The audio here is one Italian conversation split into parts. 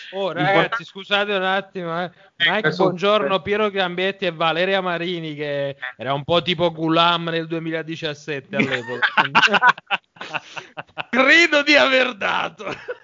Oh ragazzi, scusate un attimo, Mike Buongiorno, Piero Gambetti e Valeria Marini, che era un po' tipo Gulam nel 2017 all'epoca. Credo di aver dato.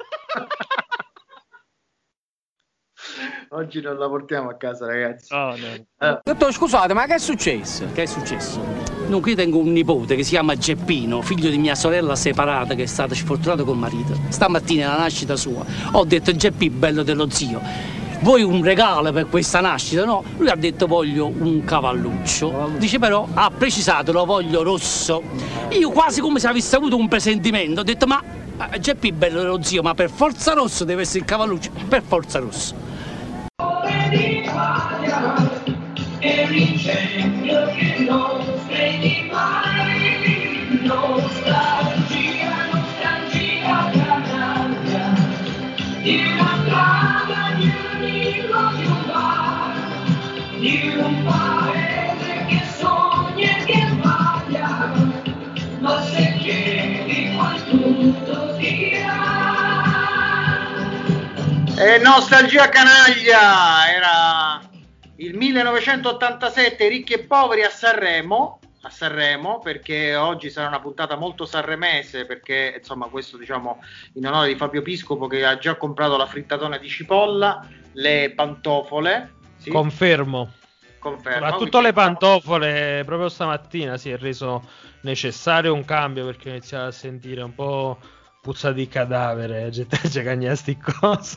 Oggi non la portiamo a casa, ragazzi. Oh, no. Ho detto, scusate, ma che è successo? Che è successo? Dunque, io tengo un nipote che si chiama Geppino, figlio di mia sorella separata, che è stata sfortunata col marito. Stamattina, alla nascita sua, ho detto, Geppi, bello dello zio, vuoi un regalo per questa nascita? No? Lui ha detto, voglio un cavalluccio. Dice, però, ha precisato, lo voglio rosso. Io quasi come se avessi avuto un presentimento, ho detto, ma Geppi, bello dello zio, ma per forza rosso deve essere il cavalluccio? Per forza rosso. Di un paese che sogna e che sbaglia, ma se chiedi quanto sia. Nostalgia canaglia, era il 1987, Ricchi e Poveri a Sanremo, perché oggi sarà una puntata molto sanremese, perché insomma questo diciamo in onore di Fabio Piscopo, che ha già comprato la frittatona di cipolla, le pantofole. Sì? Confermo. Soprattutto le pantofole, proprio stamattina si è reso necessario un cambio, perché iniziava a sentire un po' puzza di cadavere, gente cagnasti cosa.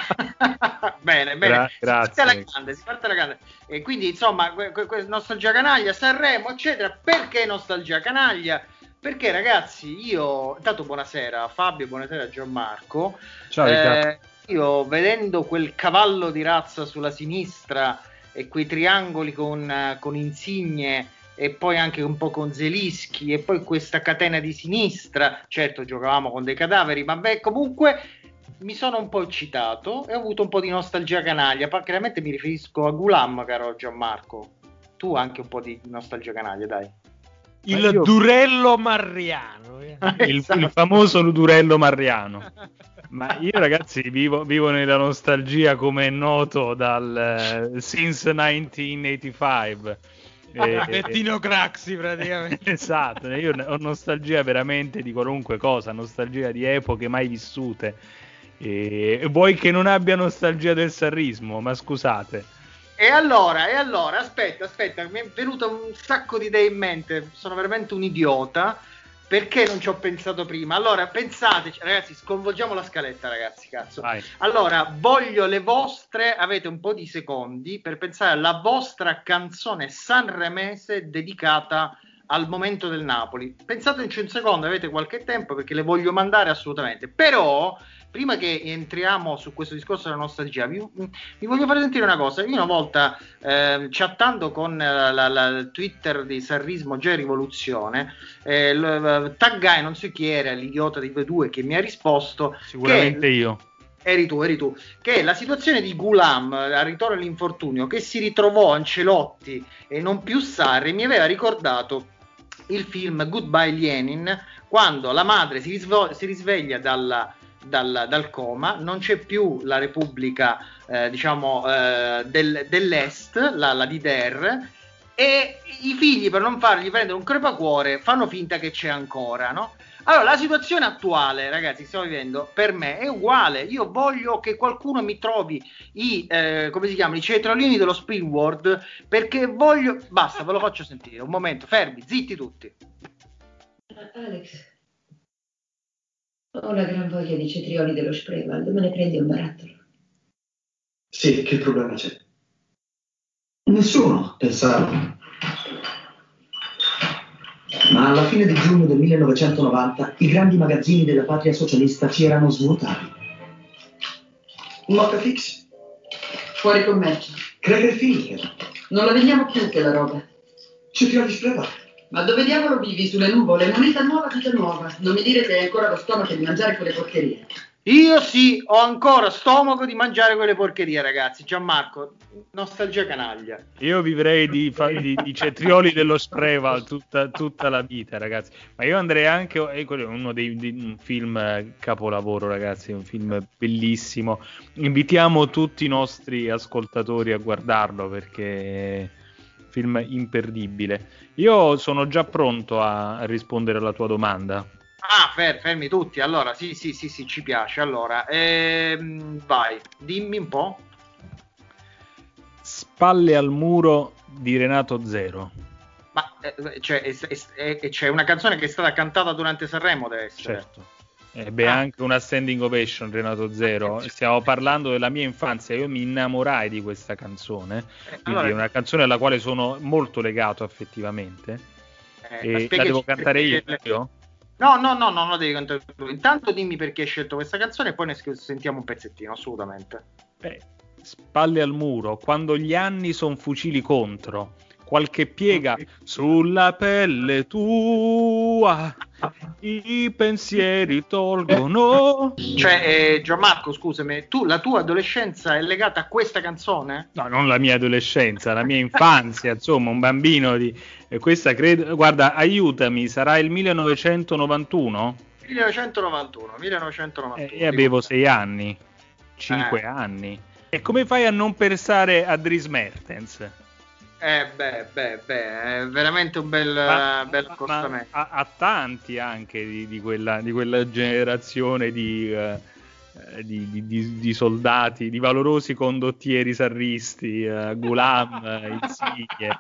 Bene, grazie. Si parte la grande. E quindi insomma Nostalgia Canaglia, Sanremo eccetera. Perché Nostalgia Canaglia? Perché ragazzi, io intanto buonasera Fabio, buonasera Gianmarco. Ciao io vedendo quel cavallo di razza sulla sinistra e quei triangoli con insigne e poi anche un po' con Zelischi e poi questa catena di sinistra, certo giocavamo con dei cadaveri, ma beh, comunque mi sono un po' eccitato e ho avuto un po' di nostalgia canaglia. Chiaramente mi riferisco a Gulam, caro Gianmarco. Tu anche un po' di nostalgia canaglia, dai. Il Durello Marriano. Il famoso Durello Marriano. Ma io ragazzi vivo nella nostalgia, come è noto, dal since 1985. Bettino Craxi praticamente. Esatto, io ho nostalgia veramente di qualunque cosa, nostalgia di epoche mai vissute. E vuoi che non abbia nostalgia del sarrismo, ma scusate. E allora, aspetta, mi è venuto un sacco di idee in mente, sono veramente un idiota, perché non ci ho pensato prima? Allora, pensateci, ragazzi, sconvolgiamo la scaletta, ragazzi, cazzo. Vai. Allora, voglio le vostre, avete un po' di secondi per pensare alla vostra canzone sanremese dedicata al momento del Napoli. Pensateci un secondo, avete qualche tempo, perché le voglio mandare assolutamente. Però prima che entriamo su questo discorso della nostalgia, vi voglio fare sentire una cosa. Io una volta chattando con la Twitter di Sarrismo Già Rivoluzione, taggai, non so chi era, l'idiota di V2 che mi ha risposto. Sicuramente io. Eri tu, che la situazione di Gulam al ritorno all'infortunio, che si ritrovò Ancelotti e non più Sarri, mi aveva ricordato il film Goodbye Lenin, quando la madre si risveglia dal coma, non c'è più la Repubblica dell'Est, la DDR, e i figli, per non fargli prendere un crepacuore, fanno finta che c'è ancora, no? Allora, la situazione attuale, ragazzi, stiamo vivendo, per me è uguale. Io voglio che qualcuno mi trovi i cetriolini dello Springworld, perché voglio... Basta, ve lo faccio sentire, un momento, fermi, zitti tutti. Alex, ho una gran voglia di cetrioli dello Spreewald, me ne prendi un barattolo? Sì, che problema c'è? Nessuno, pensavo. Ma alla fine di giugno del 1990 i grandi magazzini della patria socialista si erano svuotati. Moccafix? Fuori commercio. Cracker Finger? Non la vendiamo più quella roba. Cetrioli Spreewald? Ma dove diavolo vivi? Sulle nuvole? Moneta nuova, vita nuova. Non mi dire che hai ancora lo stomaco di mangiare quelle porcherie. Io sì, ho ancora stomaco di mangiare quelle porcherie, ragazzi. Gianmarco, nostalgia canaglia. Io vivrei di cetrioli dello Spreval tutta la vita, ragazzi. Ma io andrei anche, quello è uno un film capolavoro, ragazzi, un film bellissimo. Invitiamo tutti i nostri ascoltatori a guardarlo perché è un film imperdibile. Io sono già pronto a rispondere alla tua domanda. Fermi tutti. Allora, sì, ci piace. Allora, vai, dimmi un po'. Spalle al muro di Renato Zero. Ma c'è una canzone che è stata cantata durante Sanremo, deve essere. Certo. Anche una standing ovation, Renato Zero. Stiamo parlando della mia infanzia. Io mi innamorai di questa canzone. Quindi è una canzone alla quale sono molto legato affettivamente. E la devo cantare io? No, non lo devi cantare tu. Intanto dimmi perché hai scelto questa canzone e poi ne sentiamo un pezzettino, assolutamente. Spalle al muro, quando gli anni son fucili contro, qualche piega sulla pelle tua, i pensieri tolgono. Cioè, Gianmarco, scusami, la tua adolescenza è legata a questa canzone? No, non la mia adolescenza, la mia infanzia, insomma, un bambino di... questa credo... Guarda, aiutami, sarà il 1991? 1991. E avevo 6 anni, 5 anni. E come fai a non pensare a Dries Mertens? È veramente un bel accostamento. A tanti anche di quella generazione di soldati, di valorosi condottieri sarristi, Ghulam, Insigne.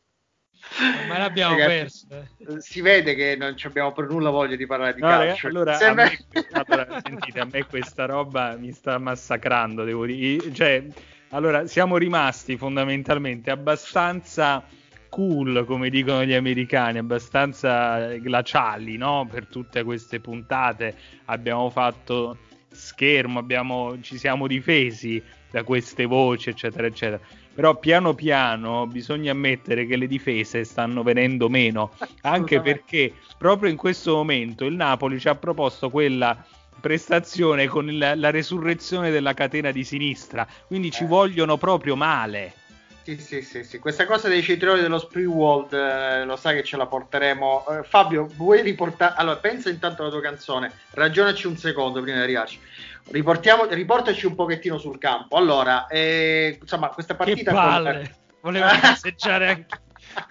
Ma l'abbiamo perso. Si vede che non abbiamo per nulla voglia di parlare di calcio. Allora, sentite, a me questa roba mi sta massacrando, devo dire. Cioè, allora, siamo rimasti fondamentalmente abbastanza cool, come dicono gli americani, abbastanza glaciali, no? Per tutte queste puntate abbiamo fatto schermo, ci siamo difesi da queste voci, eccetera, eccetera. Però piano piano bisogna ammettere che le difese stanno venendo meno, anche perché proprio in questo momento il Napoli ci ha proposto quella prestazione con la resurrezione della catena di sinistra, quindi ci vogliono proprio male. Sì. Questa cosa dei cetrioli dello Spreewald, lo sai che ce la porteremo. Fabio, vuoi riportare? Allora, pensa intanto alla tua canzone, ragionaci un secondo prima di arrivarci. Riportaci un pochettino sul campo. Allora, insomma, questa partita... Che palle! Volevo cazzeggiare anche...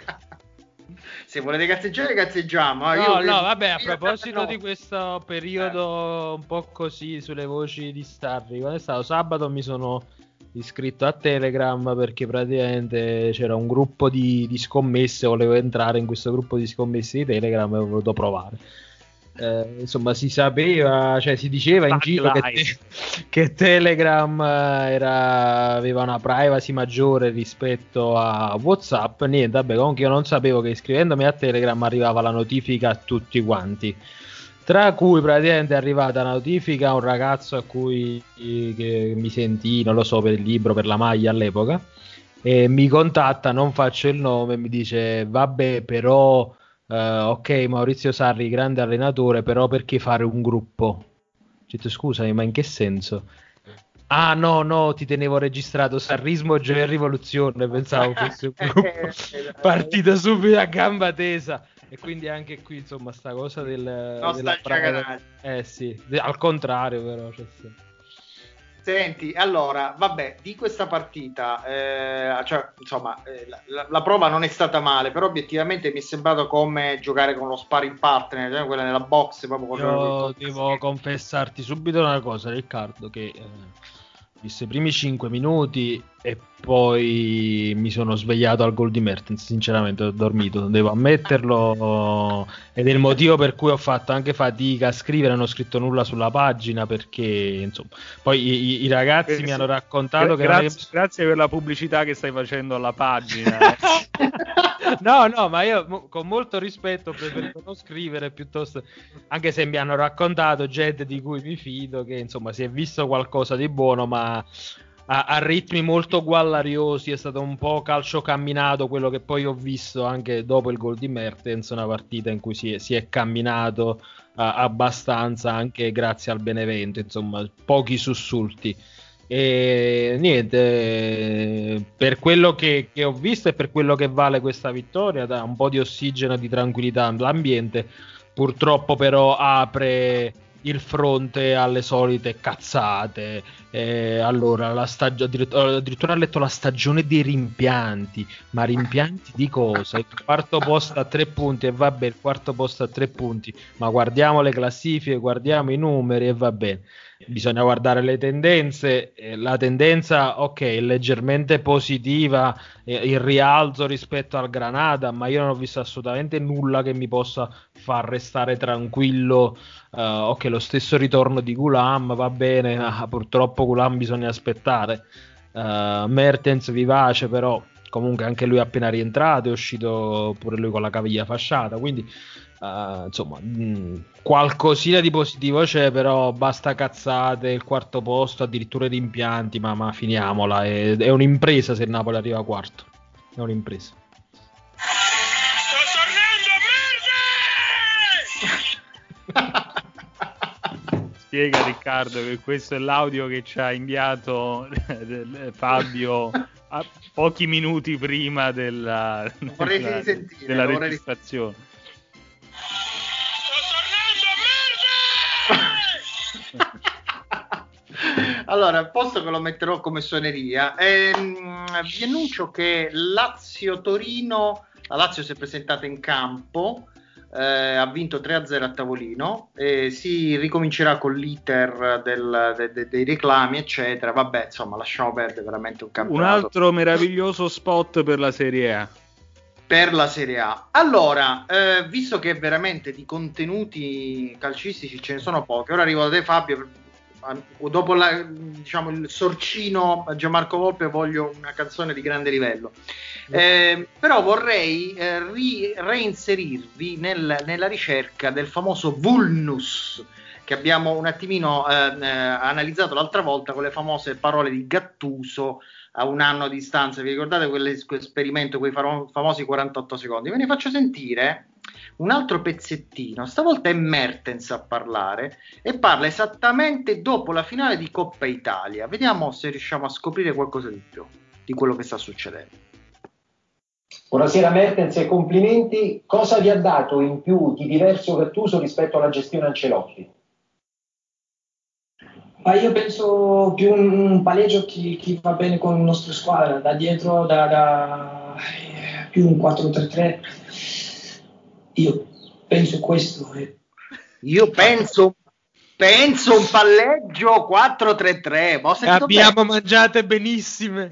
Se volete cazzeggiare, cazzeggiamo. Vabbè, a proposito di questo periodo un po' così sulle voci di Starry, quando è stato sabato mi sono iscritto a Telegram perché praticamente c'era un gruppo di scommesse, volevo entrare in questo gruppo di scommesse di Telegram e ho voluto provare. Insomma, si sapeva, cioè si diceva in giro che Telegram aveva una privacy maggiore rispetto a WhatsApp. Niente, vabbè, comunque io non sapevo che iscrivendomi a Telegram arrivava la notifica a tutti quanti, tra cui praticamente è arrivata la notifica a un ragazzo a cui che mi sentì, non lo so, per il libro, per la maglia all'epoca, e mi contatta, non faccio il nome, mi dice vabbè, però ok, Maurizio Sarri, grande allenatore, però perché fare un gruppo? Ho detto scusami, ma in che senso? Ah no, ti tenevo registrato Sarrismo, Gioia e Rivoluzione, pensavo fosse un gruppo partito subito a gamba tesa. E quindi anche qui, insomma, sta cosa della sì, al contrario però, cioè, sì. Senti, allora, vabbè, di questa partita, insomma, la prova non è stata male, però obiettivamente mi è sembrato come giocare con lo sparring partner, cioè quella nella box. Io devo confessarti subito una cosa, Riccardo, che visto i primi 5 minuti e poi mi sono svegliato al gol di Mertens, sinceramente ho dormito, devo ammetterlo, ed è il motivo per cui ho fatto anche fatica a scrivere, non ho scritto nulla sulla pagina perché insomma, poi i ragazzi mi hanno raccontato grazie per la pubblicità che stai facendo alla pagina. No, ma io con molto rispetto ho preferito non scrivere piuttosto, anche se mi hanno raccontato gente di cui mi fido che insomma si è visto qualcosa di buono, ma a ritmi molto guallariosi, è stato un po' calcio camminato quello che poi ho visto anche dopo il gol di Mertens, una partita in cui si è camminato abbastanza, anche grazie al Benevento, insomma, pochi sussulti. E niente, per quello che ho visto e per quello che vale questa vittoria, dà un po' di ossigeno e di tranquillità all'ambiente. Purtroppo però apre il fronte alle solite cazzate. Allora addirittura ha letto la stagione dei rimpianti, ma rimpianti di cosa? Il quarto posto a 3 punti e va bene, il quarto posto a 3 punti, ma guardiamo le classifiche, guardiamo i numeri e va bene. Bisogna guardare le tendenze. La tendenza, ok, è leggermente positiva, il rialzo rispetto al Granada, ma io non ho visto assolutamente nulla che mi possa far restare tranquillo. Ok, lo stesso ritorno di Gulam, va bene, purtroppo Gulam bisogna aspettare. Mertens vivace, però comunque anche lui è appena rientrato, è uscito pure lui con la caviglia fasciata, quindi insomma, qualcosina di positivo c'è, però basta cazzate, il quarto posto, addirittura i rimpianti, ma finiamola, è un'impresa se il Napoli arriva quarto, è un'impresa. Sto tornando, merda! Spiega Riccardo che questo è l'audio che ci ha inviato Fabio a pochi minuti prima della registrazione. Allora, posto che lo metterò come suoneria, vi annuncio che Lazio-Torino, la Lazio si è presentata in campo, ha vinto 3-0 a tavolino, si ricomincerà con l'iter dei reclami eccetera. Vabbè, insomma, lasciamo perdere, veramente un campionato. Un altro meraviglioso spot per la Serie A. Per la Serie A. Allora, visto che veramente di contenuti calcistici ce ne sono pochi, ora arrivo da te Fabio, dopo il sorcino Gianmarco Volpe voglio una canzone di grande livello, però vorrei reinserirvi nella ricerca del famoso Vulnus che abbiamo un attimino analizzato l'altra volta con le famose parole di Gattuso a un anno a distanza. Vi ricordate quell'esperimento, quei famosi 48 secondi? Ve ne faccio sentire un altro pezzettino, stavolta è Mertens a parlare e parla esattamente dopo la finale di Coppa Italia. Vediamo se riusciamo a scoprire qualcosa di più di quello che sta succedendo. Buonasera Mertens e complimenti. Cosa vi ha dato in più di diverso Gattuso rispetto alla gestione Ancelotti? Ma io penso più un palleggio che va bene con il nostro squadra, da dietro, più un 4-3-3. Io penso questo. Io penso un palleggio 4-3-3. Abbiamo mangiate benissime.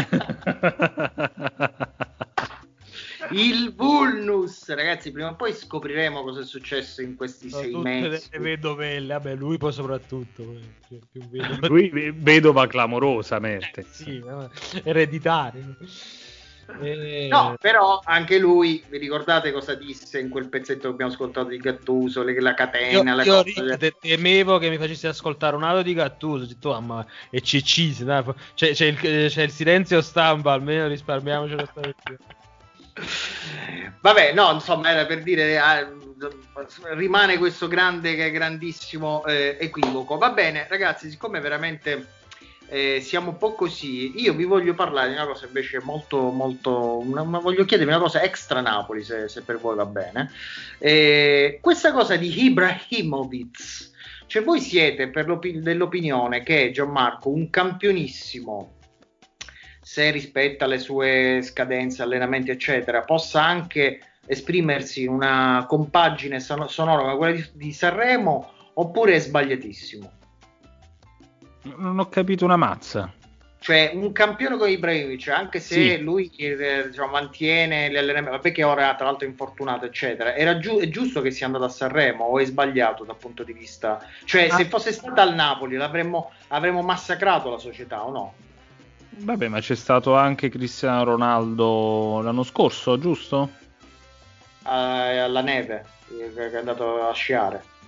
Il Vulnus, ragazzi, prima o poi scopriremo cosa è successo in questi 6 mesi. Le vedovelle, vabbè, lui poi soprattutto. Lui vedova clamorosa, Mertens. Sì, ereditario. No, però anche lui, vi ricordate cosa disse in quel pezzetto che abbiamo ascoltato di Gattuso, la catena, io temevo che mi facessi ascoltare un audio di Gattuso, ma è CC, c'è il silenzio stampa, almeno risparmiamocelo stamattina. Vabbè, no, insomma, era per dire, rimane questo grandissimo equivoco. Va bene, ragazzi, siccome veramente siamo un po' così, io vi voglio parlare di una cosa invece voglio chiedervi una cosa extra Napoli, se per voi va bene. Questa cosa di Ibrahimovic, cioè voi siete dell'opinione che Gianmarco, un campionissimo, se rispetta le sue scadenze, allenamenti eccetera, possa anche esprimersi in una compagine sonora come quella di Sanremo, oppure è sbagliatissimo? Non ho capito una mazza. Cioè un campione come Ibrahimovic, anche se sì, lui mantiene gli allenamenti, vabbè che ora tra l'altro è infortunato eccetera, è giusto che sia andato a Sanremo o è sbagliato dal punto di vista, cioè se fosse stata al Napoli avremmo massacrato la società o no? Vabbè, ma c'è stato anche Cristiano Ronaldo l'anno scorso, giusto? Alla neve, che è andato a sciare.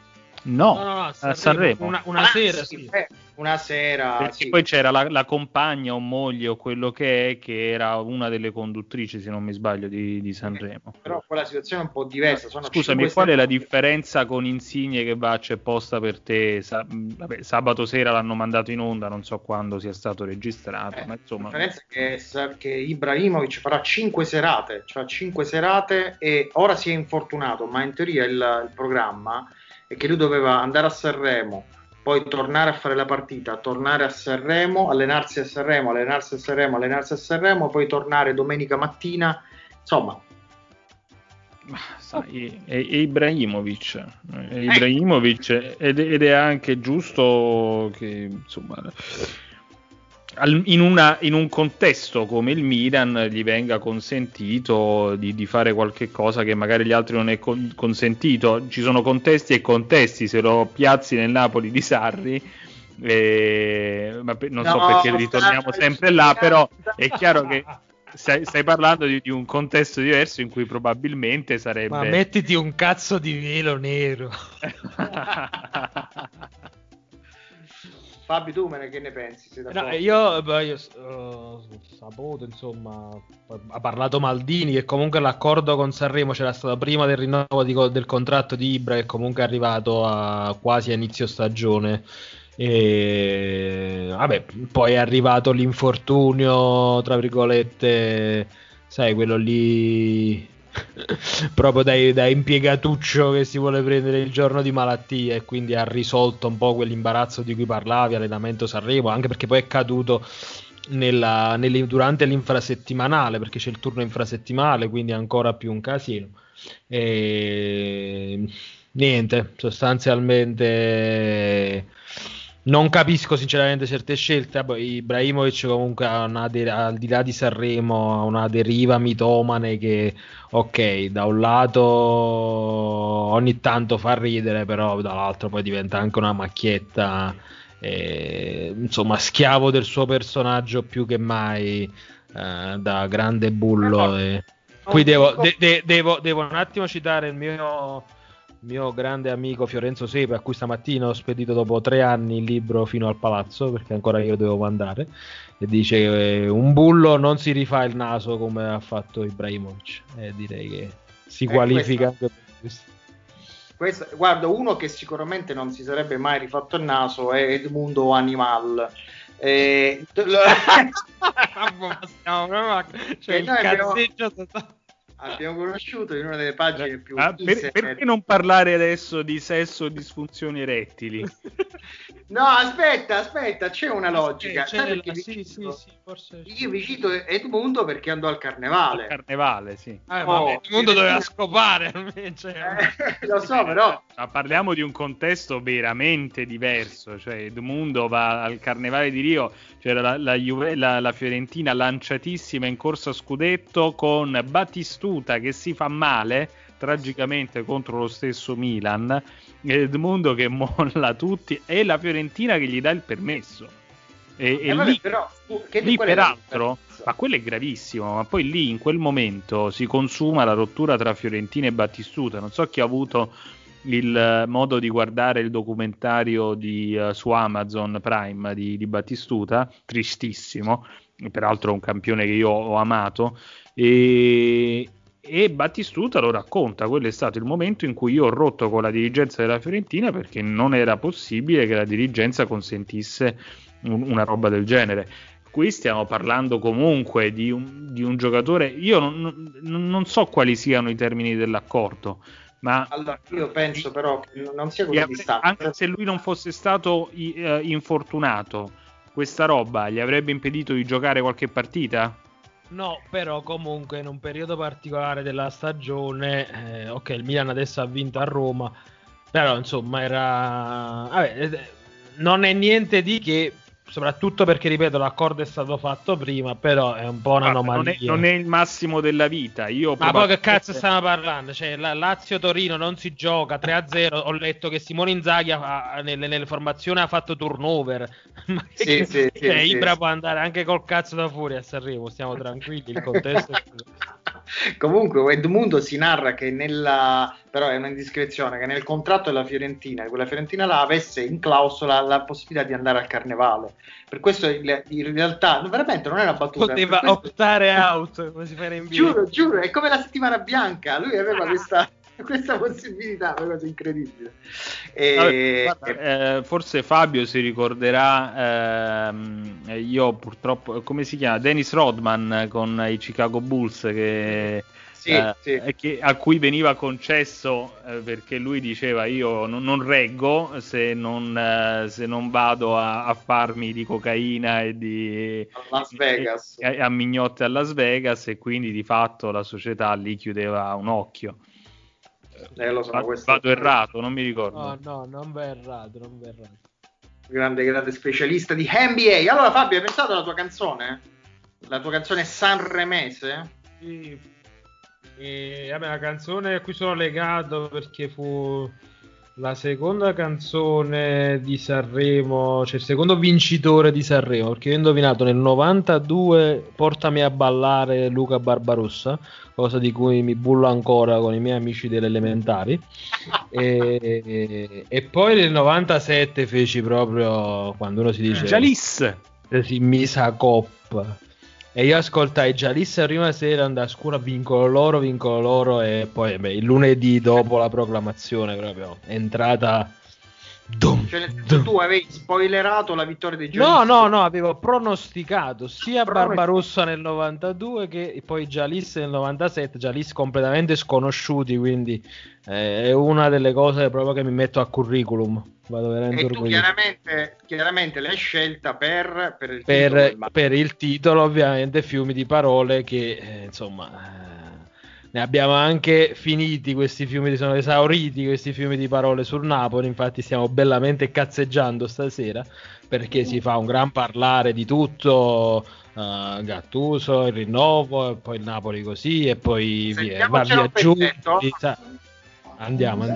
No, a Sanremo. Una sera, sì. Una sera. Perché sì. poi c'era la compagna o moglie o quello che è, che era una delle conduttrici, se non mi sbaglio, di Sanremo. Però quella situazione è un po' diversa. Scusami, qual è la differenza con Insigne che c'è posta per te? Sabato sera l'hanno mandato in onda, non so quando sia stato registrato, ma insomma. La differenza è che Ibrahimovic farà 5 serate, cioè 5 serate, e ora si è infortunato, ma in teoria il programma è che lui doveva andare a Sanremo, poi tornare a fare la partita, tornare a Sanremo, allenarsi a Sanremo, allenarsi a Sanremo, allenarsi a Sanremo, poi tornare domenica mattina, insomma. Sai, è Ibrahimovic ed è anche giusto che insomma in un contesto come il Milan gli venga consentito di fare qualche cosa che magari gli altri non è consentito. Ci sono contesti e contesti, se lo piazzi nel Napoli di Sarri, ma non so perché ritorniamo sempre là, però è chiaro che stai parlando di un contesto diverso in cui probabilmente sarebbe... Ma mettiti un cazzo di velo nero. Fabio, tu che ne pensi? Io saputo, insomma, ha parlato Maldini che comunque l'accordo con Sanremo c'era stato prima del rinnovo del contratto di Ibra, che comunque è arrivato quasi a inizio stagione. E vabbè, poi è arrivato l'infortunio, tra virgolette, sai, quello lì proprio da impiegatuccio che si vuole prendere il giorno di malattia, e quindi ha risolto un po' quell'imbarazzo di cui parlavi, allenamento Sanremo, anche perché poi è caduto durante l'infrasettimanale, perché c'è il turno infrasettimanale, quindi è ancora più un casino. E niente, sostanzialmente non capisco sinceramente certe scelte. Ibrahimovic comunque al di là di Sanremo ha una deriva mitomane che, ok, da un lato ogni tanto fa ridere, però dall'altro poi diventa anche una macchietta, insomma schiavo del suo personaggio più che mai, da grande bullo. Qui devo un attimo citare il mio grande amico Fiorenzo Sepe, a cui stamattina ho spedito dopo 3 anni il libro Fino al palazzo, perché ancora io dovevo mandare, e dice un bullo non si rifà il naso come ha fatto Ibrahimovic, e direi che si qualifica anche per questo. Guarda, uno che sicuramente non si sarebbe mai rifatto il naso è Edmundo Animal. Abbiamo conosciuto in una delle pagine più perché non parlare adesso di sesso e disfunzioni erettili? No, aspetta, c'è una logica. Forse io vi cito Edmundo perché andò al Carnevale. Sì. Edmundo doveva scopare. Lo so, però ma parliamo di un contesto veramente diverso. Cioè, Edmundo va al Carnevale di Rio, c'era la Fiorentina lanciatissima in corsa a scudetto con Battistuta che si fa male tragicamente contro lo stesso Milan, Edmundo che molla tutti e la Fiorentina che gli dà il permesso, lì, però, lì peraltro, ma quello è gravissimo, ma poi lì in quel momento si consuma la rottura tra Fiorentina e Battistuta. Non so chi ha avuto il modo di guardare il documentario su Amazon Prime di Battistuta, tristissimo, peraltro un campione che io ho amato, e Battistuta lo racconta. Quello è stato il momento in cui io ho rotto con la dirigenza della Fiorentina, perché non era possibile che la dirigenza consentisse una roba del genere. Qui stiamo parlando comunque di un giocatore, io non so quali siano i termini dell'accordo, ma allora, io penso però che non sia così distante. Anche se lui non fosse stato infortunato, questa roba gli avrebbe impedito di giocare qualche partita? No, però comunque in un periodo particolare della stagione, ok, il Milan adesso ha vinto a Roma, però insomma non è niente di che, soprattutto perché, ripeto, l'accordo è stato fatto prima, però è un po' un'anomalia. Non è il massimo della vita. Ma poi che cazzo stiamo parlando? Cioè, Lazio-Torino non si gioca 3-0. Ho letto che Simone Inzaghi nelle formazioni ha fatto turnover. Ma Ibra può andare anche col cazzo da fuori a Sanremo, stiamo tranquilli, il contesto è Comunque Edmundo si narra che però è un'indiscrezione, che nel contratto della Fiorentina, quella Fiorentina là avesse in clausola la possibilità di andare al Carnevale. Per questo in realtà veramente non è una battuta. Poteva optare out, come si fa in NBA. Giuro, è come la settimana bianca, lui aveva questa possibilità, una cosa incredibile. Forse Fabio si ricorderà, io purtroppo, come si chiama? Dennis Rodman con i Chicago Bulls che a cui veniva concesso perché lui diceva io non reggo se non vado a farmi di cocaina e di Las Vegas, a mignotte a Las Vegas, e quindi di fatto la società lì chiudeva un occhio. Lo so, vado errato, non mi ricordo. No, non va errato. Grande specialista di NBA. Allora Fabio, hai pensato alla tua canzone? La tua canzone sanremese? Sì. La canzone a cui sono legato perché fu la seconda canzone di Sanremo, cioè il secondo vincitore di Sanremo, perché io ho indovinato nel 92 Portami a ballare Luca Barbarossa, cosa di cui mi bullo ancora con i miei amici delle elementari, e poi nel 97 feci proprio, quando uno si dice Jalis, si misa coppa, e io ascoltai Jalis la prima sera, andai a scuola, vincono loro, e poi il lunedì dopo la proclamazione proprio è entrata. Tu avevi spoilerato la vittoria dei Jalis? No, avevo pronosticato sia Barbarossa nel 92 che poi Jalis nel 97, Jalis completamente sconosciuti, quindi è una delle cose proprio che mi metto a curriculum. Vado veramente orgoglioso. Chiaramente l'hai scelta per il titolo, ovviamente, fiumi di parole che ne abbiamo anche finiti, questi fiumi sono esauriti, questi fiumi di parole sul Napoli, infatti stiamo bellamente cazzeggiando stasera perché si fa un gran parlare di tutto, Gattuso, il rinnovo, e poi il Napoli così, e poi va via giù. Andiamo.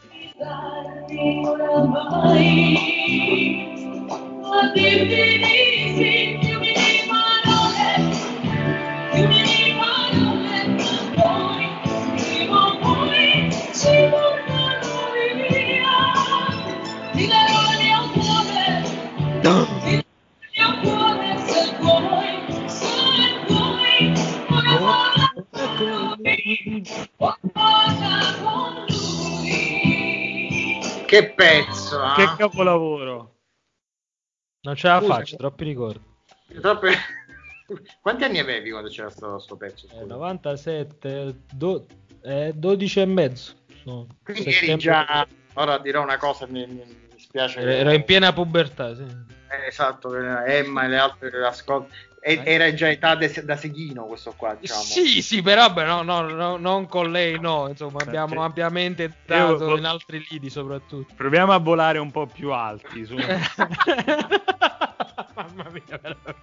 Che pezzo, che capolavoro. Non ce la faccio, troppi ricordi. Quanti anni avevi quando c'era sto pezzo? 97, 12 e mezzo. Quindi eri già, ora dirò una cosa, mi spiace. Ero in piena pubertà, sì. Esatto, Emma e le altre ascolti. Era già età da seghino questo qua, diciamo. Sì, però non con lei, no, insomma, abbiamo ampiamente dato in altri lidi soprattutto. Proviamo a volare un po' più alti su. Mamma mia,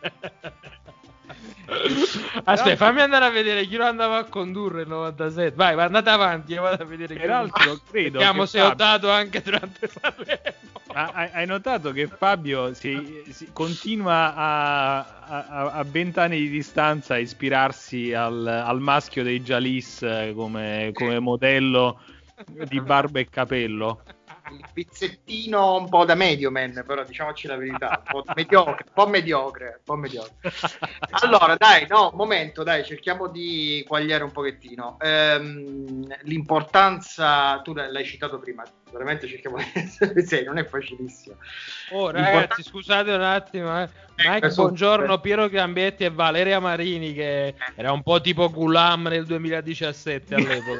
aspetta, fammi andare a vedere chi lo andava a condurre il 97. Vai, andate avanti, io vado a vedere. Peraltro credo vediamo se ho dato anche durante Sanremo. Hai notato che Fabio si continua a 20 anni di distanza a ispirarsi al maschio dei Jalis come modello di barba e capello? Il pizzettino un po' da medio man, però diciamoci la verità, un po' mediocre. Allora momento, cerchiamo di quagliare un pochettino l'importanza. Tu l'hai citato prima, veramente cerchiamo di non è facilissimo. Ragazzi, scusate un attimo, Mike Buongiorno, Piero Gambietti e Valeria Marini, che era un po' tipo Gulam nel 2017 all'epoca.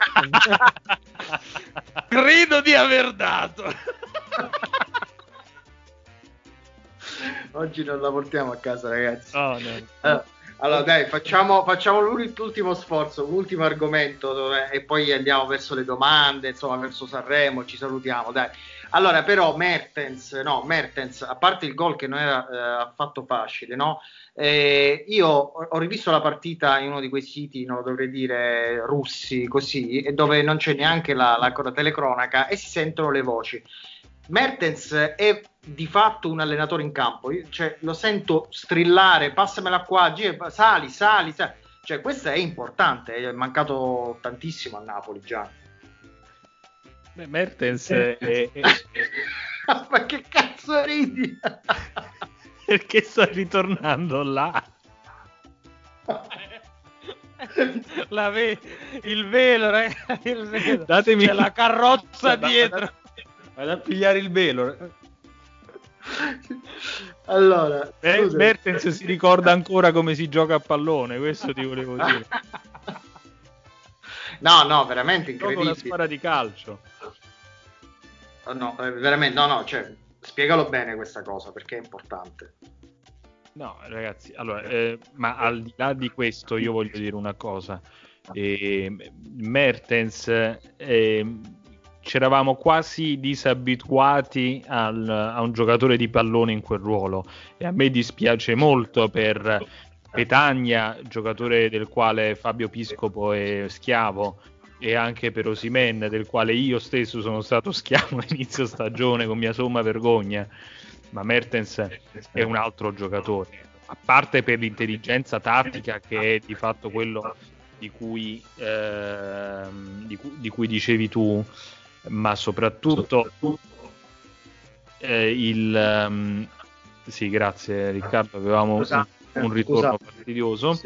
Credo di aver dato. Oggi non la portiamo a casa, ragazzi. Oh, no. Allora dai, facciamo l'ultimo sforzo, l'ultimo argomento e poi andiamo verso le domande, insomma verso Sanremo, ci salutiamo, dai. Allora però Mertens, a parte il gol che non era affatto facile, no? Io ho rivisto la partita in uno di quei siti, non lo dovrei dire, russi, così, dove non c'è neanche la telecronaca e si sentono le voci. Mertens è di fatto un allenatore in campo, lo sento strillare, passamela qua, sali, Cioè, questo è importante, è mancato tantissimo al Napoli già. Beh, Mertens Ma che cazzo ridi? Perché sto ritornando là. Il velo, ragazzi, il velo. Datemi... C'è la carrozza dietro. Vado a pigliare il velo. Allora, Mertens si ricorda ancora come si gioca a pallone, questo ti volevo dire. No, veramente incredibile. Una squadra di calcio. No, veramente, no, cioè, spiegalo bene questa cosa, perché è importante. No, ragazzi, allora, ma al di là di questo io voglio dire una cosa. Mertens, c'eravamo quasi disabituati a un giocatore di pallone in quel ruolo, e a me dispiace molto per Petagna, giocatore del quale Fabio Piscopo è schiavo, e anche per Osimhen, del quale io stesso sono stato schiavo a inizio stagione con mia somma vergogna. Ma Mertens è un altro giocatore, a parte per l'intelligenza tattica, che è di fatto quello di cui dicevi tu, ma soprattutto sì, grazie Riccardo, avevamo un ritorno fastidioso.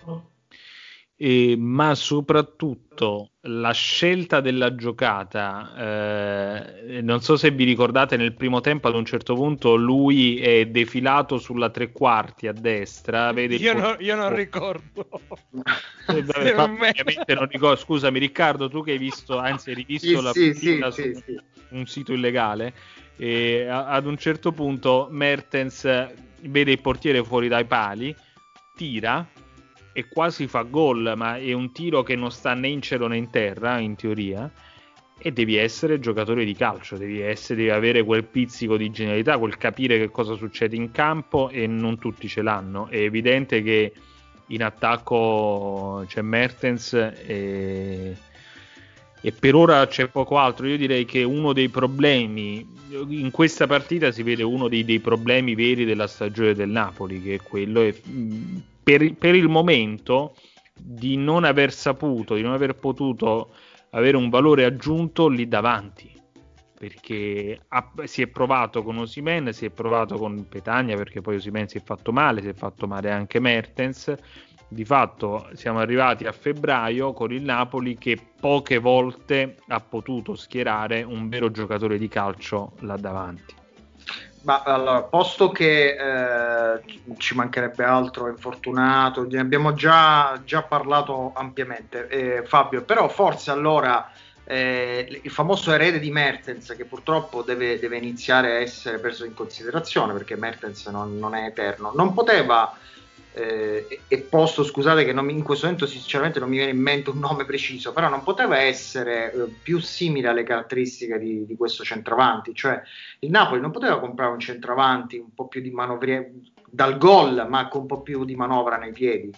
Ma soprattutto la scelta della giocata, non so se vi ricordate, nel primo tempo ad un certo punto lui è defilato sulla tre quarti a destra, vede io non ricordo. Ovviamente non ricordo. Scusami Riccardo, tu che hai visto, anzi hai rivisto la partita su un sito illegale, e ad un certo punto Mertens vede il portiere fuori dai pali, tira e quasi fa gol, ma è un tiro che non sta né in cielo né in terra in teoria, e devi essere giocatore di calcio, devi avere quel pizzico di genialità, quel capire che cosa succede in campo, e non tutti ce l'hanno. È evidente che in attacco c'è Mertens e per ora c'è poco altro. Io direi che uno dei problemi in questa partita si vede, uno dei problemi veri della stagione del Napoli, che è quello per il momento di non aver potuto avere un valore aggiunto lì davanti, perché si è provato con Osimhen, si è provato con Petagna, perché poi Osimhen si è fatto male anche Mertens. Di fatto siamo arrivati a febbraio con il Napoli che poche volte ha potuto schierare un vero giocatore di calcio là davanti. Ma allora, posto che ci mancherebbe altro, è infortunato, ne abbiamo già parlato ampiamente, Fabio, però forse allora il famoso erede di Mertens, che purtroppo deve iniziare a essere preso in considerazione, perché Mertens non è eterno, non poteva, e posto, scusate che in questo momento sinceramente non mi viene in mente un nome preciso, però non poteva essere più simile alle caratteristiche di questo centravanti. Cioè il Napoli non poteva comprare un centravanti un po' più di manovra dal gol, ma con un po' più di manovra nei piedi.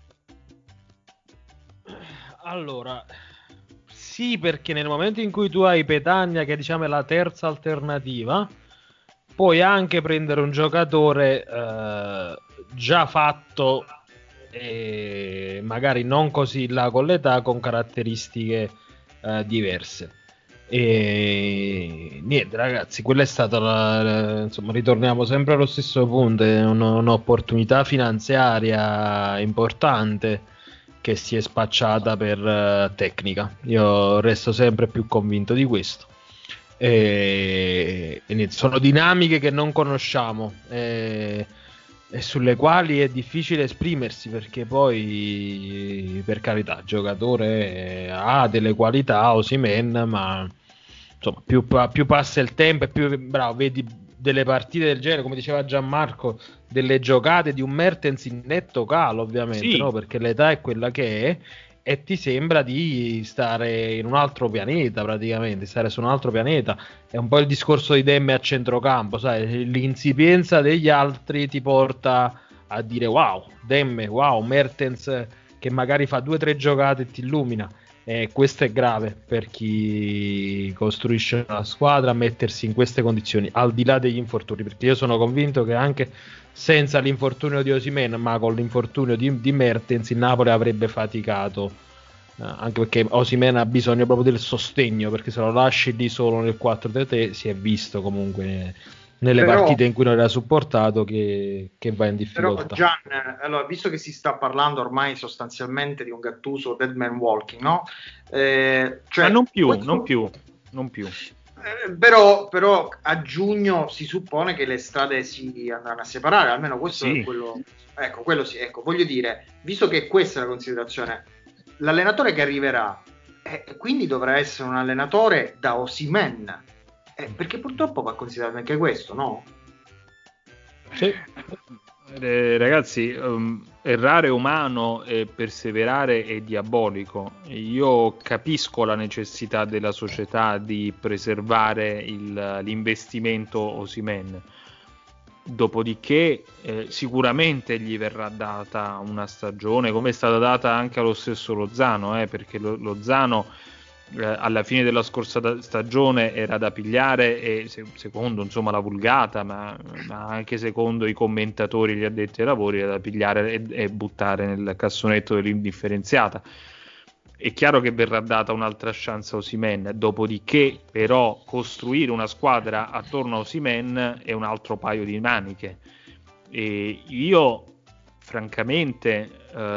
Allora sì, perché nel momento in cui tu hai Petagna, che diciamo è la terza alternativa, puoi anche prendere un giocatore già fatto, e magari non così là con l'età, con caratteristiche diverse. E niente ragazzi, quella è stata insomma, ritorniamo sempre allo stesso punto, è un'opportunità finanziaria importante che si è spacciata per tecnica. Io resto sempre più convinto di questo. E niente, sono dinamiche che non conosciamo e sulle quali è difficile esprimersi, perché poi, per carità, il giocatore ha delle qualità, Osimhen, ma insomma più passa il tempo e più bravo, vedi delle partite del genere, come diceva Gianmarco, delle giocate di un Mertens in netto calo, ovviamente, sì, no? Perché l'età è quella che è, e ti sembra di stare in un altro pianeta, praticamente, stare su un altro pianeta. È un po' il discorso di Demme a centrocampo, sai, l'insipienza degli altri ti porta a dire wow, Demme, wow, Mertens che magari fa 2 o 3 giocate e ti illumina, E questo è grave per chi costruisce una squadra, mettersi in queste condizioni, al di là degli infortuni, perché io sono convinto che anche senza l'infortunio di Osimhen, ma con l'infortunio di Mertens, il Napoli avrebbe faticato, anche perché Osimhen ha bisogno proprio del sostegno, perché se lo lasci lì solo nel 4-3-3 si è visto comunque nelle partite in cui non era supportato che va in difficoltà. Però Gian, allora, visto che si sta parlando ormai sostanzialmente di un Gattuso dead man walking, no? Cioè, ma non più. Però a giugno si suppone che le strade si andranno a separare, almeno questo è quello. Ecco, quello sì. Ecco, voglio dire, visto che questa è la considerazione, l'allenatore che arriverà, quindi dovrà essere un allenatore da Osimhen. Perché purtroppo va considerato anche questo, no? Sì. Ragazzi, errare è umano e perseverare è diabolico. Io capisco la necessità della società di preservare l'investimento Osimhen. Dopodiché sicuramente gli verrà data una stagione, come è stata data anche allo stesso Lozano, perché Lozano alla fine della scorsa stagione era da pigliare, e secondo insomma la vulgata, ma anche secondo i commentatori, gli addetti ai lavori, era da pigliare e buttare nel cassonetto dell'indifferenziata. È chiaro che verrà data un'altra chance a Osimhen, dopodiché però costruire una squadra attorno a Osimhen è un altro paio di maniche, e io francamente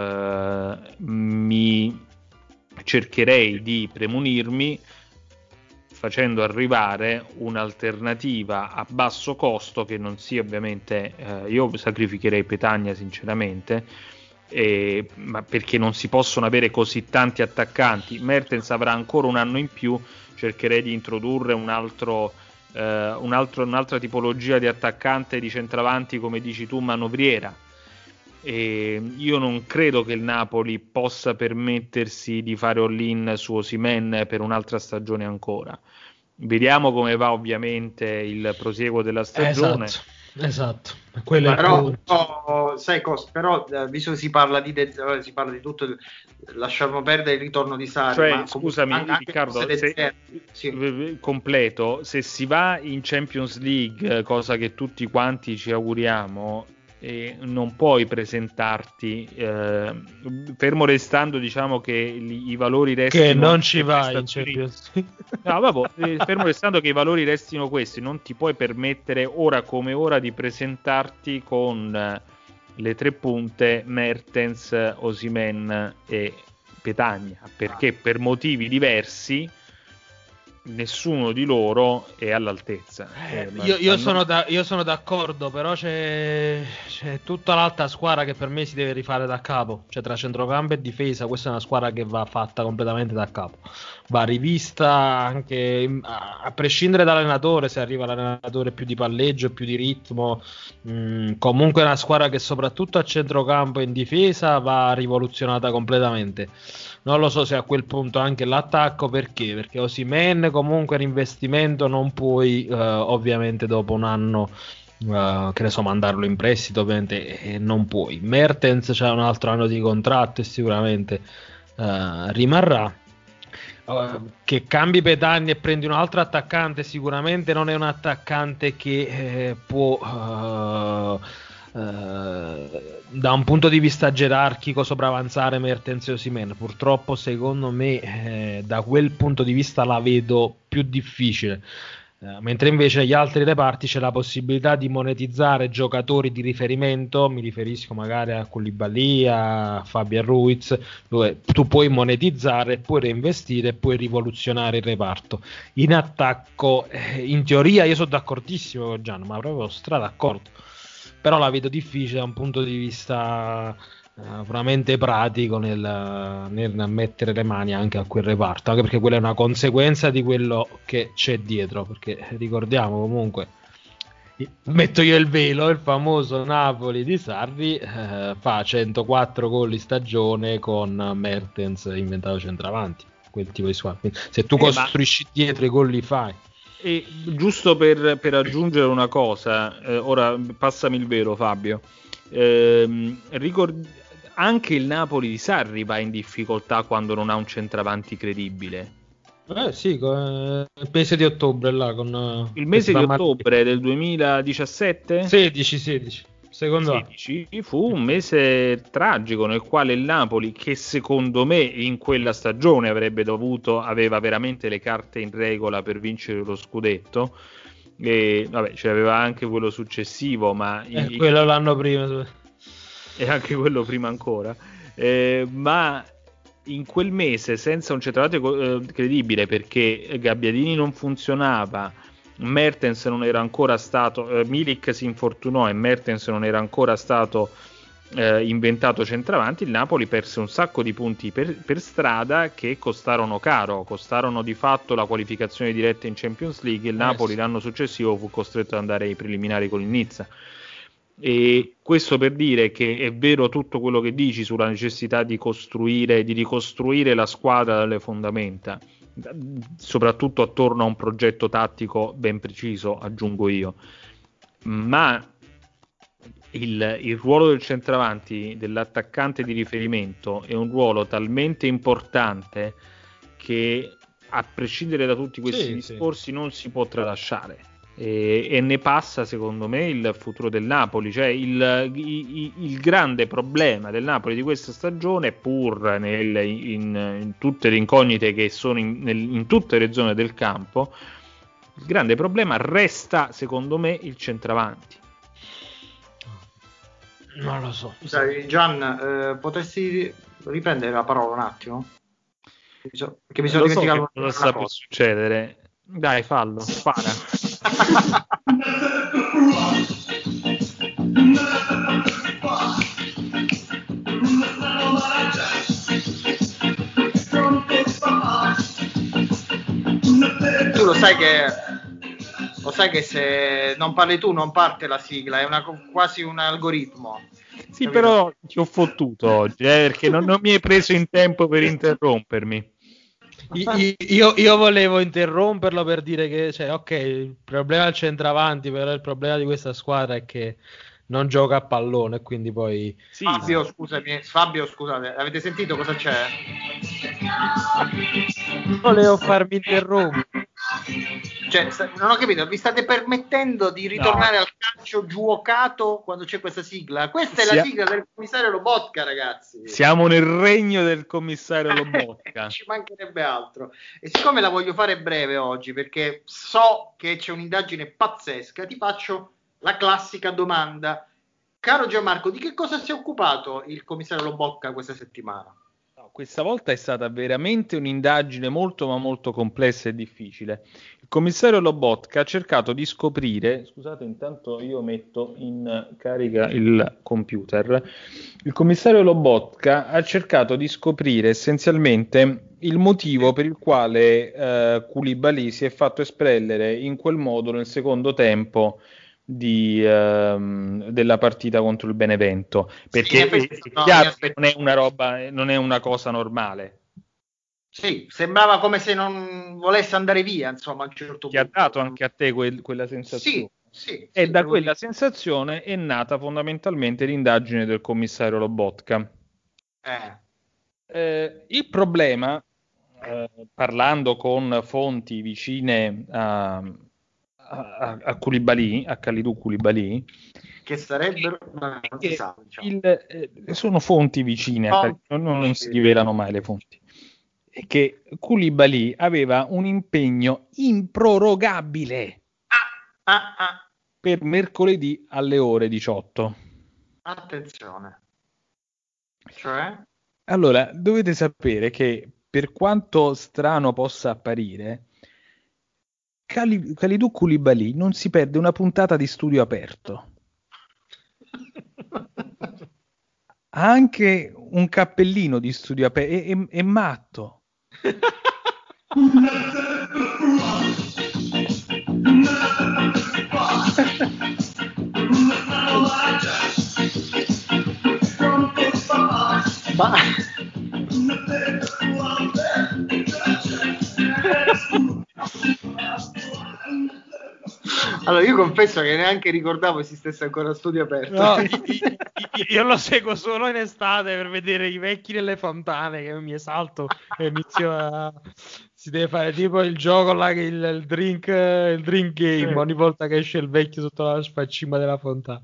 mi cercherei di premunirmi facendo arrivare un'alternativa a basso costo, che non sia ovviamente, io sacrificherei Petagna sinceramente, ma perché non si possono avere così tanti attaccanti. Mertens avrà ancora un anno in più, cercherei di introdurre un'altra tipologia di attaccante di centravanti, come dici tu, manovriera. E io non credo che il Napoli possa permettersi di fare all-in su Osimhen per un'altra stagione ancora. Vediamo come va ovviamente il prosieguo della stagione. Esatto. Però sai cosa? Però visto che si parla di tutto, lasciamo perdere il ritorno di Sarri. Cioè, ma scusami Riccardo, completo, se si va in Champions League, cosa che tutti quanti ci auguriamo, e non puoi presentarti fermo restando, diciamo, che i valori restino, che non ci vai in Champions League. No, vabbè, fermo restando che i valori restino questi, non ti puoi permettere ora come ora di presentarti con le tre punte Mertens, Osimhen e Petagna, perché per motivi diversi nessuno di loro è all'altezza. Io sono d'accordo, però c'è tutta l'altra squadra che per me si deve rifare da capo, cioè tra centrocampo e difesa. Questa è una squadra che va fatta completamente da capo, va rivista anche a prescindere dall'allenatore, se arriva l'allenatore più di palleggio, più di ritmo, comunque è una squadra che soprattutto a centrocampo e in difesa va rivoluzionata completamente. Non lo so se a quel punto anche l'attacco, perché Osimhen comunque l'investimento non puoi ovviamente dopo un anno che ne so, mandarlo in prestito, ovviamente non puoi. Mertens c'ha un altro anno di contratto e sicuramente rimarrà. Che cambi Petagna e prendi un altro attaccante, sicuramente non è un attaccante che può da un punto di vista gerarchico sopravanzare Mertens e Osimhen. Purtroppo secondo me da quel punto di vista la vedo più difficile, mentre invece negli altri reparti c'è la possibilità di monetizzare giocatori di riferimento. Mi riferisco magari a Koulibaly, a Fabian Ruiz, dove tu puoi monetizzare, puoi reinvestire, puoi rivoluzionare il reparto. In attacco in teoria io sono d'accordissimo con Gian, ma proprio d'accordo, però la vedo difficile da un punto di vista puramente pratico nel mettere le mani anche a quel reparto, anche perché quella è una conseguenza di quello che c'è dietro, perché ricordiamo comunque, metto io il velo, il famoso Napoli di Sarri fa 104 gol in stagione con Mertens inventato centravanti, quel tipo di squadra. Se tu costruisci dietro i gol li fai. E giusto per aggiungere una cosa, ora passami il vero Fabio, anche il Napoli di Sarri va in difficoltà quando non ha un centravanti credibile. Sì, il mese di ottobre là con il mese di ottobre del 2017? 16 secondo 16 fu un mese tragico nel quale il Napoli, che secondo me in quella stagione aveva veramente le carte in regola per vincere lo scudetto, e vabbè, c'aveva anche quello successivo, ma quello l'anno prima e anche quello prima ancora, ma in quel mese senza un centravanti credibile, perché Gabbiadini non funzionava, Mertens non era ancora stato, Milik si infortunò e Mertens non era ancora stato inventato centravanti, il Napoli perse un sacco di punti per strada che costarono caro, costarono di fatto la qualificazione diretta in Champions League. Il Napoli l'anno successivo fu costretto ad andare ai preliminari con il Nizza. E questo per dire che è vero tutto quello che dici sulla necessità di ricostruire la squadra dalle fondamenta, soprattutto attorno a un progetto tattico ben preciso, aggiungo io, ma il ruolo del centravanti, dell'attaccante di riferimento, è un ruolo talmente importante che, a prescindere da tutti questi discorsi, non si può tralasciare. E ne passa secondo me il futuro del Napoli, cioè il grande problema del Napoli di questa stagione, pur in tutte le incognite che sono in tutte le zone del campo, il grande problema resta secondo me il centravanti. Non lo so. Gian, potresti riprendere la parola un attimo? Perché mi sono lo dimenticato so che cosa sta per succedere. Dai, fallo, spara. Tu lo sai che se non parli tu non parte la sigla, è quasi un algoritmo. Sì, capito? Però ti ho fottuto oggi, perché non mi hai preso in tempo per interrompermi. Io volevo interromperlo per dire che, cioè, ok, il problema del centravanti, però il problema di questa squadra è che non gioca a pallone, quindi poi... Sì, Fabio, scusate, avete sentito cosa c'è? Volevo farmi interrompere. Cioè, non ho capito, vi state permettendo di ritornare al calcio giuocato quando c'è questa sigla? Questa è la sigla del commissario Lobotka, ragazzi. Siamo nel regno del commissario Lobotka. Ci mancherebbe altro. E siccome la voglio fare breve oggi, perché so che c'è un'indagine pazzesca, ti faccio la classica domanda. Caro Gianmarco, di che cosa si è occupato il commissario Lobotka questa settimana? Questa volta è stata veramente un'indagine molto ma molto complessa e difficile. Il commissario Lobotka ha cercato di scoprire, scusate intanto io metto in carica il computer, il commissario Lobotka ha cercato di scoprire essenzialmente il motivo per il quale Koulibaly si è fatto espellere in quel modo nel secondo tempo della partita contro il Benevento, perché è chiaro che non è una cosa normale. Sì, sembrava come se non volesse andare via, insomma, a un certo punto. Ti ha dato anche a te quella sensazione? Sì, da quella sensazione è nata fondamentalmente l'indagine del commissario Lobotka. Il problema, parlando con fonti vicine a Koulibaly, a Kalidou Koulibaly, che sarebbero sono fonti vicine non si rivelano mai le fonti, e che Koulibaly aveva un impegno improrogabile per mercoledì alle ore 18. Attenzione, cioè? Allora, dovete sapere che, per quanto strano possa apparire, Kalidou Koulibaly non si perde una puntata di Studio Aperto. Ha anche un cappellino di Studio Aperto, è matto. Allora, io confesso che neanche ricordavo esistesse ancora Studio Aperto. No, io lo seguo solo in estate per vedere i vecchi nelle fontane, che mi esalto e inizio a... Si deve fare tipo il gioco là, che il drink game, ogni volta che esce il vecchio sotto la sfaccina della fontana.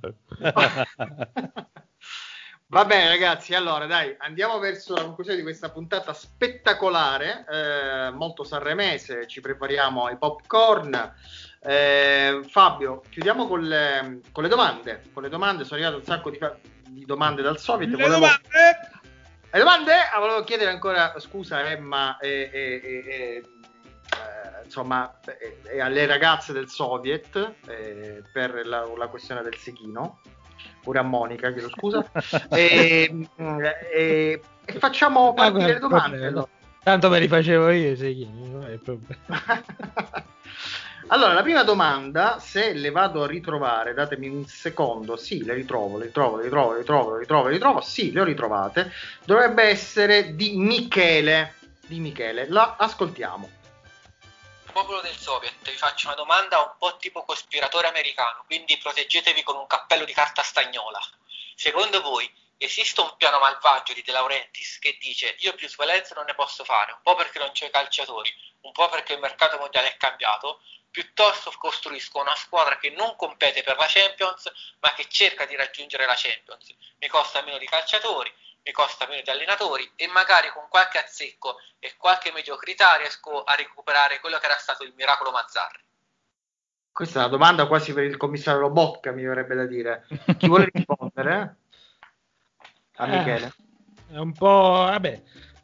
Va bene ragazzi, allora dai, andiamo verso la conclusione di questa puntata spettacolare, molto sanremese, ci prepariamo ai popcorn. Fabio, chiudiamo con le domande. Con le domande sono arrivate un sacco di domande dal Soviet. Le domande? Volevo chiedere ancora scusa a Emma insomma, alle ragazze del Soviet per la questione del Sechino. Pure a Monica, chiedo scusa. e facciamo partire le domande. Allora. Tanto me li facevo io, Sechino, non è il problema. Allora, la prima domanda, se le vado a ritrovare, datemi un secondo. Sì, le ritrovo. Sì, le ho ritrovate. Dovrebbe essere di Michele. La ascoltiamo. Popolo del Soviet, vi faccio una domanda un po' tipo cospiratore americano, quindi proteggetevi con un cappello di carta stagnola. Secondo voi esiste un piano malvagio di De Laurentiis che dice: io più Svelez non ne posso fare, un po' perché non c'è calciatori, un po' perché il mercato mondiale è cambiato, piuttosto costruisco una squadra che non compete per la Champions ma che cerca di raggiungere la Champions, mi costa meno di calciatori, mi costa meno di allenatori e magari con qualche azzecco e qualche mediocrità riesco a recuperare quello che era stato il miracolo Mazzarri. Questa è una domanda quasi per il commissario Lobotka, mi verrebbe da dire. Chi vuole rispondere? A Michele. È un po'... vabbè,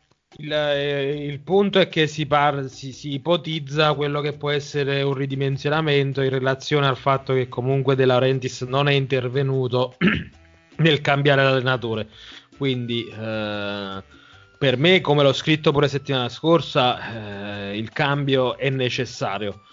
il punto è che si ipotizza quello che può essere un ridimensionamento in relazione al fatto che comunque De Laurentiis non è intervenuto nel cambiare l'allenatore. Quindi per me, come l'ho scritto pure settimana scorsa, il cambio è necessario.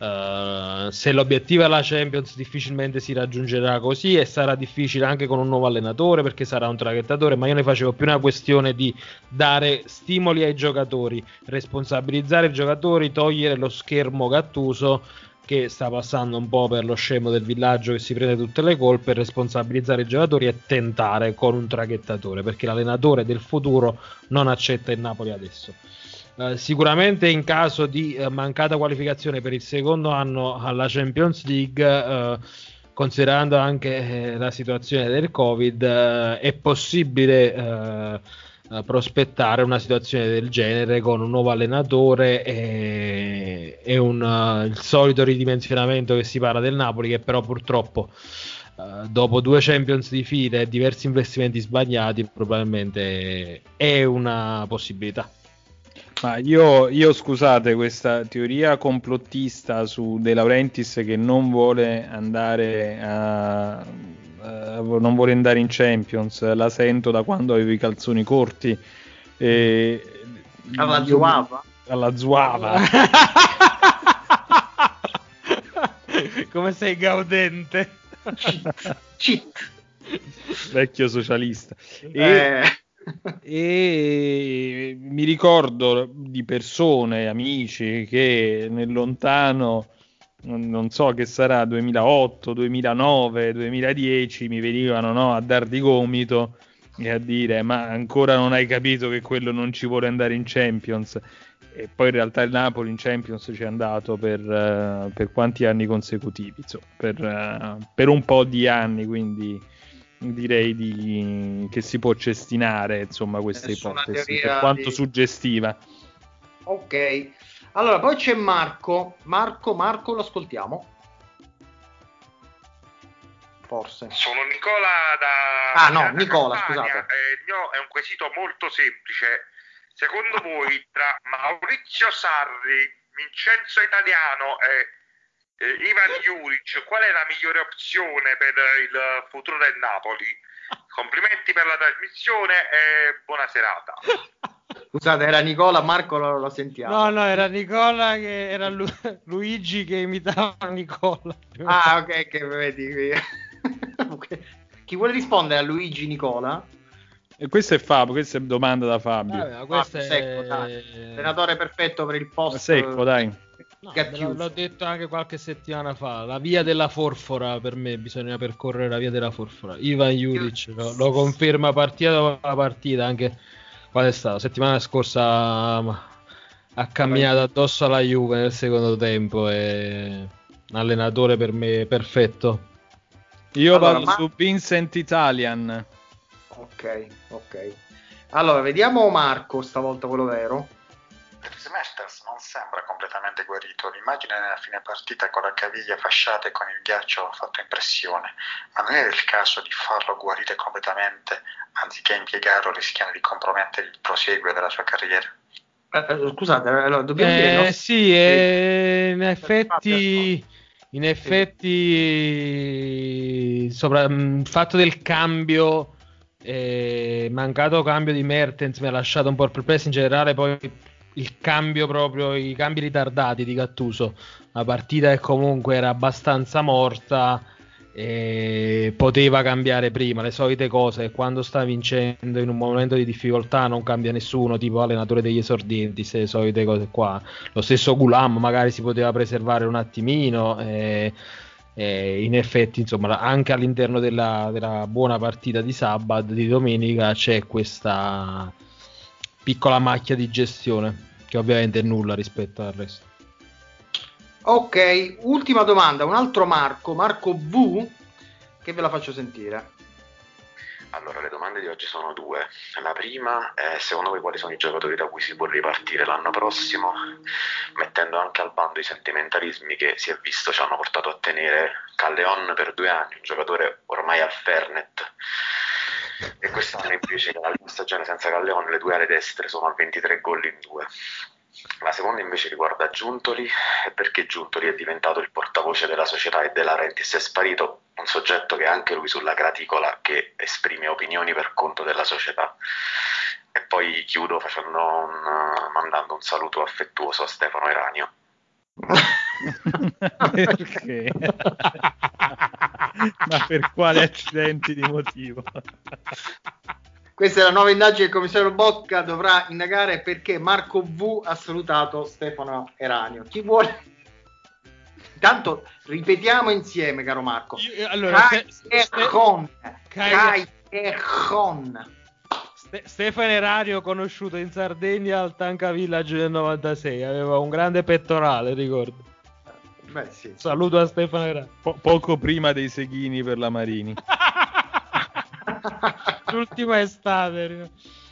Se l'obiettivo è la Champions, difficilmente si raggiungerà così e sarà difficile anche con un nuovo allenatore, perché sarà un traghettatore. Ma io ne facevo più una questione di dare stimoli ai giocatori, responsabilizzare i giocatori, togliere lo schermo Gattuso che sta passando un po' per lo scemo del villaggio che si prende tutte le colpe, responsabilizzare i giocatori e tentare con un traghettatore, perché l'allenatore del futuro non accetta il Napoli adesso. Sicuramente in caso di mancata qualificazione per il secondo anno alla Champions League, considerando anche la situazione del Covid, è possibile prospettare una situazione del genere con un nuovo allenatore e il solito ridimensionamento che si parla del Napoli, che però purtroppo dopo 2 Champions di fila e diversi investimenti sbagliati probabilmente è una possibilità. Ma io scusate, questa teoria complottista su De Laurentiis che non vuole andare in Champions, la sento da quando avevo i calzoni corti. Alla Zuava. Come sei gaudente. Cheat. Vecchio socialista. E mi ricordo di persone, amici che nel lontano, non so che sarà, 2008, 2009, 2010 mi venivano a dar di gomito e a dire: ma ancora non hai capito che quello non ci vuole andare in Champions? E poi in realtà il Napoli in Champions ci è andato per quanti anni consecutivi, insomma, per un po' di anni, quindi direi che si può cestinare, insomma, questa ipotesi, per quanto suggestiva. Ok, allora poi c'è Marco, lo ascoltiamo? Forse. Sono Nicola Nicola, Campania. scusate. Il mio è un quesito molto semplice. Secondo voi tra Maurizio Sarri, Vincenzo Italiano e Ivan Juric, qual è la migliore opzione per il futuro del Napoli? Complimenti per la trasmissione e buona serata. Scusate, era Nicola, Marco lo sentiamo. No, era Nicola, che era Luigi che imitava Nicola. Ah, ok, che vedi. Chi vuole rispondere a Luigi Nicola? E questa è domanda da Fabio. Questo è Secco, dai. Allenatore perfetto per il post. Secco, dai. No, l'ho detto anche qualche settimana fa, la via della forfora, per me bisogna percorrere la via della forfora. Ivan Juric lo conferma partita dopo partita, anche qual è stato? Settimana scorsa ha camminato addosso alla Juve nel secondo tempo, è un allenatore per me perfetto. Io vado su Vincent Italian. Ok. Allora, vediamo Marco, stavolta quello vero. Dries Mertens non sembra completamente guarito. L'immagine nella fine partita con la caviglia fasciata e con il ghiaccio ha fatto impressione, ma non è il caso di farlo guarire completamente, anziché impiegarlo rischiando di compromettere il prosieguo della sua carriera. Scusate, allora, dobbiamo dire sì, in effetti il fatto del cambio, mancato cambio di Mertens mi ha lasciato un po' perplesso in generale. Poi il cambio, proprio i cambi ritardati di Gattuso, la partita che comunque era abbastanza morta, poteva cambiare prima, le solite cose, quando sta vincendo in un momento di difficoltà non cambia nessuno, tipo allenatore degli esordienti, queste solite cose qua. Lo stesso Gulam magari si poteva preservare un attimino, in effetti insomma anche all'interno della buona partita di sabato, di domenica, c'è questa piccola macchia di gestione che ovviamente è nulla rispetto al resto. Ok, ultima domanda, un altro Marco V, che ve la faccio sentire. Allora, le domande di oggi sono due. La prima è: secondo voi quali sono i giocatori da cui si può ripartire l'anno prossimo, mettendo anche al bando i sentimentalismi che si è visto ci hanno portato a tenere Callejon per 2 anni, un giocatore ormai al Fernet, e quest'anno invece la stagione senza Callejon le 2 aree destre sono a 23 gol in 2. La seconda invece riguarda Giuntoli, e perché Giuntoli è diventato il portavoce della società e De Laurentiis è sparito un soggetto che è anche lui sulla graticola, che esprime opinioni per conto della società. E poi chiudo mandando un saluto affettuoso a Stefano Eranio. Perché? Ma per quale accidenti di motivo? Questa è la nuova indagine che il commissario Bocca dovrà indagare, perché Marco V ha salutato Stefano Eranio. Chi vuole? Intanto ripetiamo insieme, caro Marco. Stefano Eranio, conosciuto in Sardegna al Tanca Village del 96, aveva un grande pettorale, ricordo. Beh, sì. Saluto a Stefano Eranio. Poco prima dei Seghini per la Marini. L'ultima estate.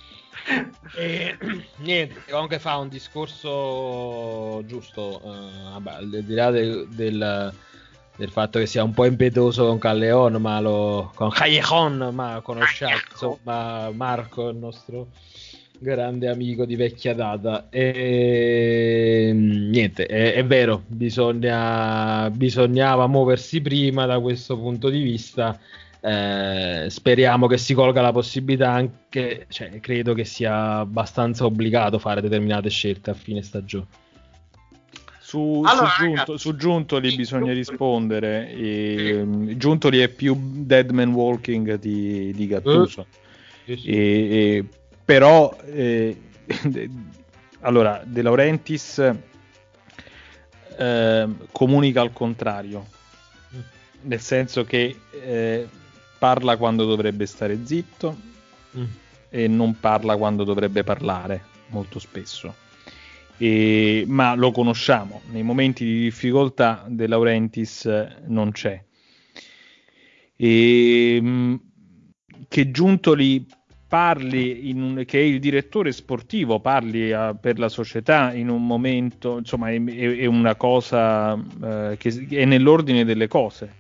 Niente, comunque fa un discorso giusto, al di là del fatto che sia un po' impetuoso con Callejon, con Callejon, ma conosciamo insomma Marco, il nostro grande amico di vecchia data. Niente, è vero, bisognava muoversi prima da questo punto di vista. Speriamo che si colga la possibilità, anche credo che sia abbastanza obbligato fare determinate scelte a fine stagione. Su Giuntoli bisogna rispondere. Giuntoli è più dead man walking di Gattuso. Però allora De Laurentiis comunica al contrario, nel senso che parla quando dovrebbe stare zitto e non parla quando dovrebbe parlare, molto spesso. Ma lo conosciamo, nei momenti di difficoltà De Laurentiis non c'è. Che Giuntoli parli, che il direttore sportivo parli per la società in un momento, insomma, è una cosa che è nell'ordine delle cose.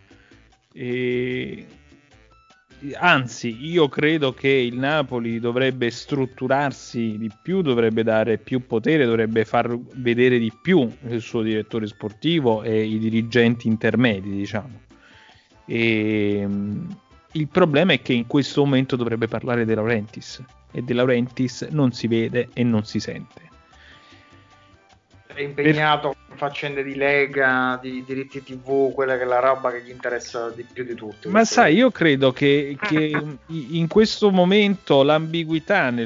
Anzi, io credo che il Napoli dovrebbe strutturarsi di più, dovrebbe dare più potere, dovrebbe far vedere di più il suo direttore sportivo e i dirigenti intermedi, diciamo. Il problema è che in questo momento dovrebbe parlare De Laurentiis, e De Laurentiis non si vede e non si sente. è impegnato in faccende di Lega, di diritti TV, quella che è la roba che gli interessa di più di tutti. Ma sai, io credo che in questo momento l'ambiguità nella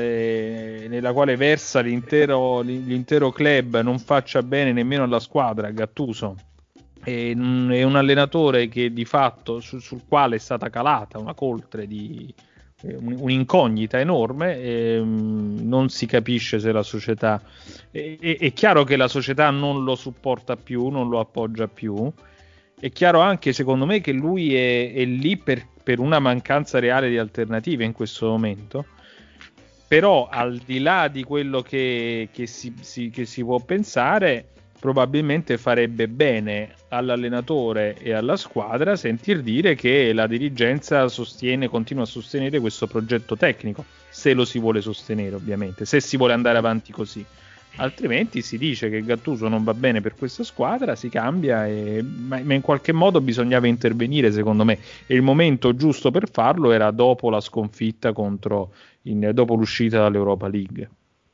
quale versa l'intero club non faccia bene nemmeno alla squadra. Gattuso è un allenatore che di fatto sul quale è stata calata una coltre di un'incognita enorme, non si capisce se la società è chiaro che la società non lo supporta più, non lo appoggia più. È chiaro anche, secondo me, che lui è lì per una mancanza reale di alternative in questo momento. Però al di là di quello che si può pensare, probabilmente farebbe bene all'allenatore e alla squadra sentir dire che la dirigenza continua a sostenere questo progetto tecnico, se lo si vuole sostenere, ovviamente, se si vuole andare avanti così. Altrimenti si dice che Gattuso non va bene per questa squadra, si cambia, ma in qualche modo bisognava intervenire, secondo me, e il momento giusto per farlo era dopo la sconfitta dopo l'uscita dall'Europa League.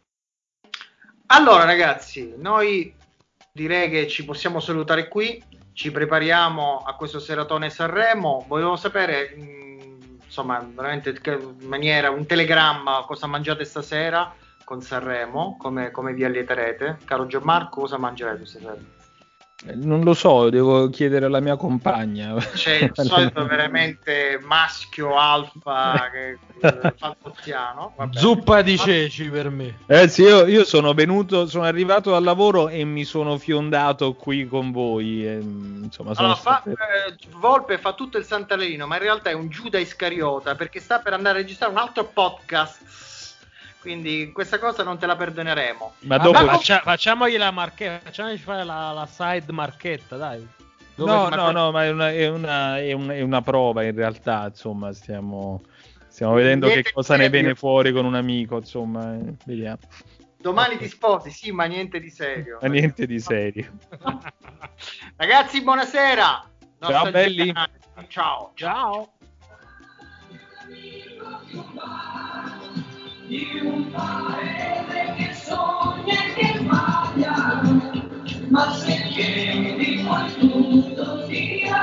Allora ragazzi, noi direi che ci possiamo salutare qui, ci prepariamo a questo seratone Sanremo. Volevo sapere, insomma, veramente in maniera, un telegramma, cosa mangiate stasera con Sanremo, come vi allieterete. Caro Gianmarco, cosa mangerete stasera? Non lo so, devo chiedere alla mia compagna. C'è il solito veramente maschio alfa che fantozziano. Zuppa di ceci per me. Sì, io sono arrivato dal lavoro e mi sono fiondato qui con voi. Insomma, Volpe fa tutto il Santalino, ma in realtà è un Giuda Iscariota, perché sta per andare a registrare un altro podcast. Quindi questa cosa non te la perdoneremo. Ma dopo facciamogli la marchetta, facciamoci fare la side marchetta, dai. No, ma è una prova in realtà, insomma, stiamo vedendo che cosa ne viene fuori con un amico, insomma, vediamo. Domani ti sposi, sì, ma niente di serio. Ma niente di serio. Ragazzi, buonasera. Ciao belli. Ciao. Di un paese che sogna e che sbaglia, ma se chiedi poi tutto ti